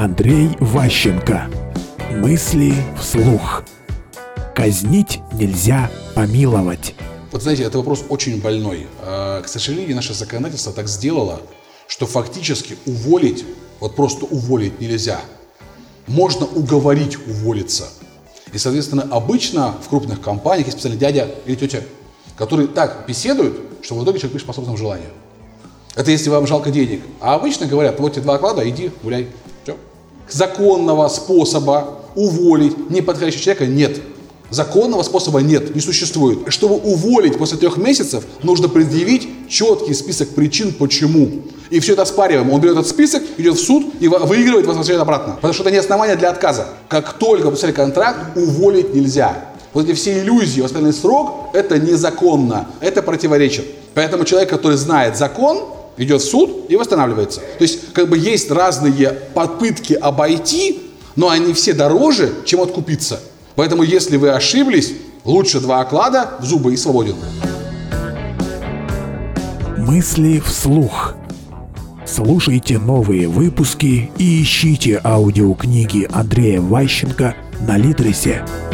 Андрей Ващенко. Мысли вслух. Казнить нельзя помиловать. Вот знаете, это вопрос очень больной. К сожалению, наше законодательство так сделало, что фактически уволить, вот просто уволить нельзя. Можно уговорить уволиться. И, соответственно, обычно в крупных компаниях есть специальный дядя или тетя, которые так беседуют, что в итоге человек пишет по собственному желанию. Это если вам жалко денег. А обычно говорят, вот тебе 2 оклада, иди гуляй. Все. Законного способа уволить неподходящего человека нет. Законного способа нет, не существует. Чтобы уволить после 3 месяцев, нужно предъявить четкий список причин, почему. И все это оспариваем. Он берет этот список, идет в суд и выигрывает, возвращает обратно. Потому что это не основание для отказа. Как только подписали контракт, уволить нельзя. Вот эти все иллюзии, воспитательный срок, это незаконно, это противоречит. Поэтому человек, который знает закон, идет в суд и восстанавливается. То есть, есть разные попытки обойти, но они все дороже, чем откупиться. Поэтому, если вы ошиблись, лучше 2 оклада в зубы и свободен. Мысли вслух. Слушайте новые выпуски и ищите аудиокниги Андрея Ващенко на Литресе.